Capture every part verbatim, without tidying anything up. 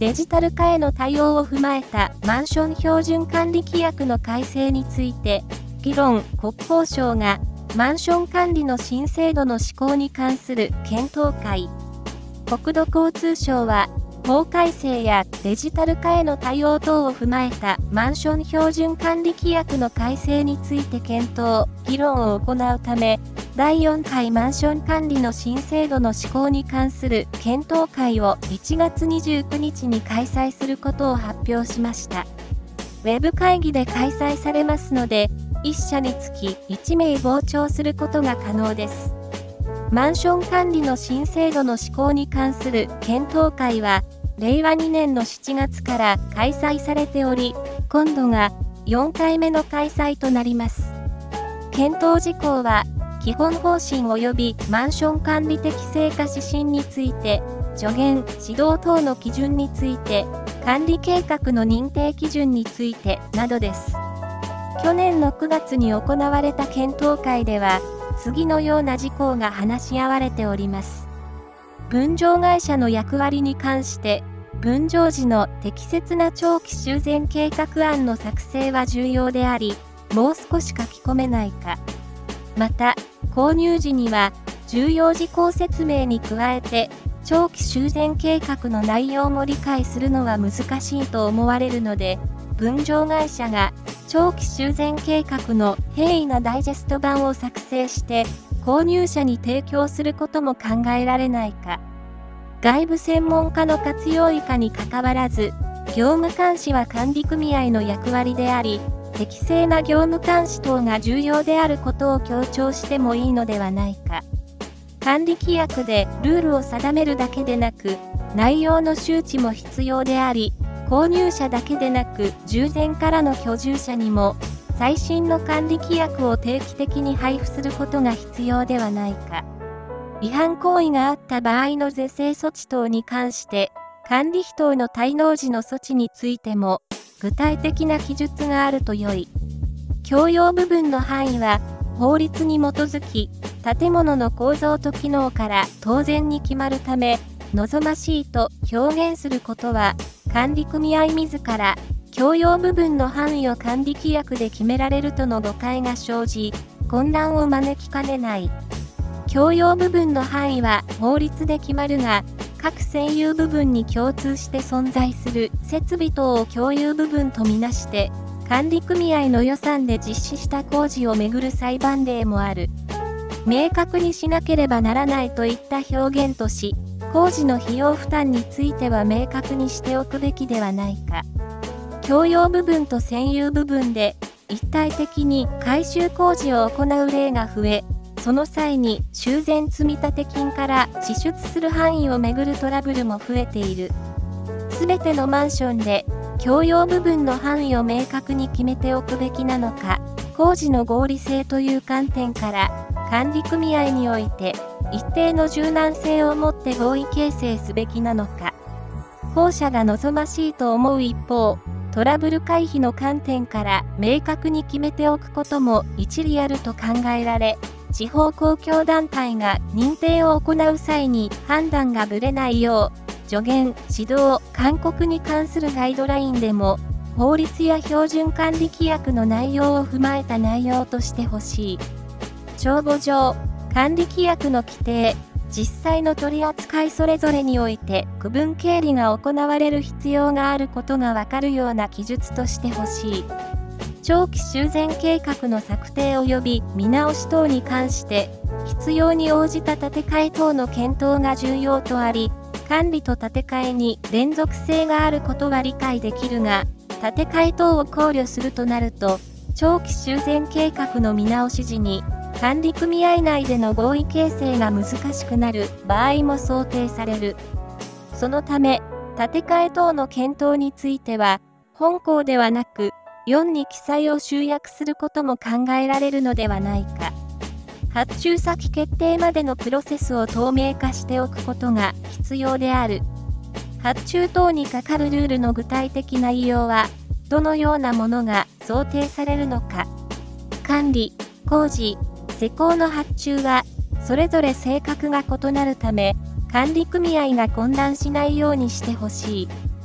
デジタル化への対応を踏まえたマンション標準管理規約の改正について、議論、国交省がマンション管理の新制度の施行に関する検討会。国土交通省は、法改正やデジタル化への対応等を踏まえたマンション標準管理規約の改正について検討、議論を行うため、だいよんかいマンション管理の新制度の施行に関する検討会をいちがつにじゅうくにちに開催することを発表しました。ウェブ会議で開催されますので、いっしゃにつきいちめい傍聴することが可能です。マンション管理の新制度の施行に関する検討会は、れいわにねんのしちがつから開催されており、今度がよんかいめの開催となります。検討事項は、基本方針及びマンション管理適正化指針について、助言、指導等の基準について、管理計画の認定基準についてなどです。去年のくがつに行われた検討会では、次のような事項が話し合われております。分譲会社の役割に関して、分譲時の適切な長期修繕計画案の作成は重要であり、もう少し書き込めないか。また、購入時には、重要事項説明に加えて、長期修繕計画の内容も理解するのは難しいと思われるので、分譲会社が長期修繕計画の平易なダイジェスト版を作成して、購入者に提供することも考えられないか。外部専門家の活用以下にかかわらず、業務監視は管理組合の役割であり、適正な業務監視等が重要であることを強調してもいいのではないか。管理規約でルールを定めるだけでなく、内容の周知も必要であり、購入者だけでなく、従前からの居住者にも、最新の管理規約を定期的に配布することが必要ではないか。違反行為があった場合の是正措置等に関して、管理費等の滞納時の措置についても、具体的な記述があると良い。共用部分の範囲は、法律に基づき、建物の構造と機能から当然に決まるため、望ましいと表現することは、管理組合自ら、共用部分の範囲を管理規約で決められるとの誤解が生じ、混乱を招きかねない。共用部分の範囲は法律で決まるが、各占有部分に共通して存在する設備等を共有部分とみなして、管理組合の予算で実施した工事をめぐる裁判例もある。明確にしなければならないといった表現とし、工事の費用負担については明確にしておくべきではないか。共用部分と占有部分で一体的に改修工事を行う例が増え、その際に修繕積立金から支出する範囲をめぐるトラブルも増えている。すべてのマンションで共用部分の範囲を明確に決めておくべきなのか、工事の合理性という観点から管理組合において一定の柔軟性を持って合意形成すべきなのか。後者が望ましいと思う一方、トラブル回避の観点から明確に決めておくことも一理あると考えられ、地方公共団体が認定を行う際に判断がぶれないよう、助言、指導、勧告に関するガイドラインでも、法律や標準管理規約の内容を踏まえた内容としてほしい。帳簿上、管理規約の規定、実際の取り扱いそれぞれにおいて区分経理が行われる必要があることがわかるような記述としてほしい。長期修繕計画の策定及び見直し等に関して、必要に応じた建て替え等の検討が重要とあり、管理と建て替えに連続性があることは理解できるが、建て替え等を考慮するとなると、長期修繕計画の見直し時に、管理組合内での合意形成が難しくなる場合も想定される。そのため、建て替え等の検討については、本項ではなく、よんに記載を集約することも考えられるのではないか。発注先決定までのプロセスを透明化しておくことが必要である。発注等にかかるルールの具体的内容は、どのようなものが想定されるのか。管理、工事、施工の発注は、それぞれ性格が異なるため、管理組合が混乱しないようにしてほしい。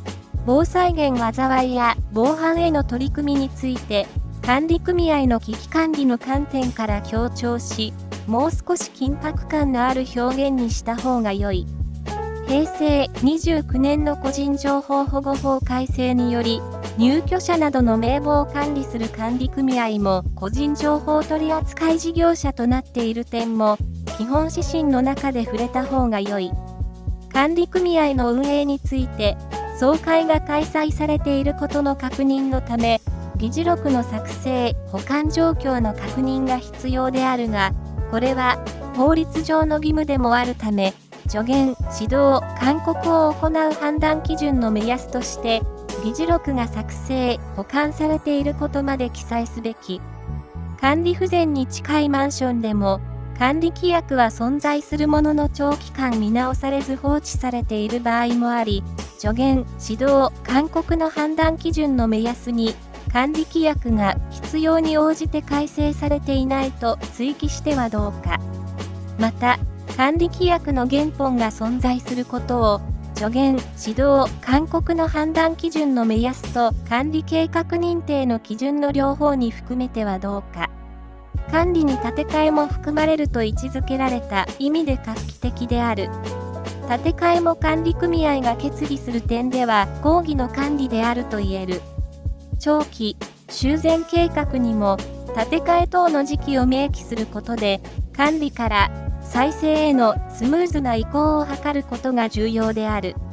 防災減災いや防犯への取り組みについて、管理組合の危機管理の観点から強調し、もう少し緊迫感のある表現にした方が良い。へいせいにじゅうきゅうねんの個人情報保護法改正により、入居者などの名簿を管理する管理組合も個人情報取扱事業者となっている点も、基本指針の中で触れた方が良い。管理組合の運営について、総会が開催されていることの確認のため、議事録の作成・保管状況の確認が必要であるが、これは法律上の義務でもあるため、助言、指導、勧告を行う判断基準の目安として、議事録が作成・保管されていることまで記載すべき。管理不全に近いマンションでも、管理規約は存在するものの長期間見直されず放置されている場合もあり、助言、指導、勧告の判断基準の目安に、管理規約が必要に応じて改正されていないと追記してはどうか。また、管理規約の原本が存在することを、助言、指導、勧告の判断基準の目安と管理計画認定の基準の両方に含めてはどうか。管理に建て替えも含まれると位置づけられた意味で画期的である。建て替えも管理組合が決議する点では公儀の管理であると言える。長期、修繕計画にも建て替え等の時期を明記することで、管理から再生へのスムーズな移行を図ることが重要である。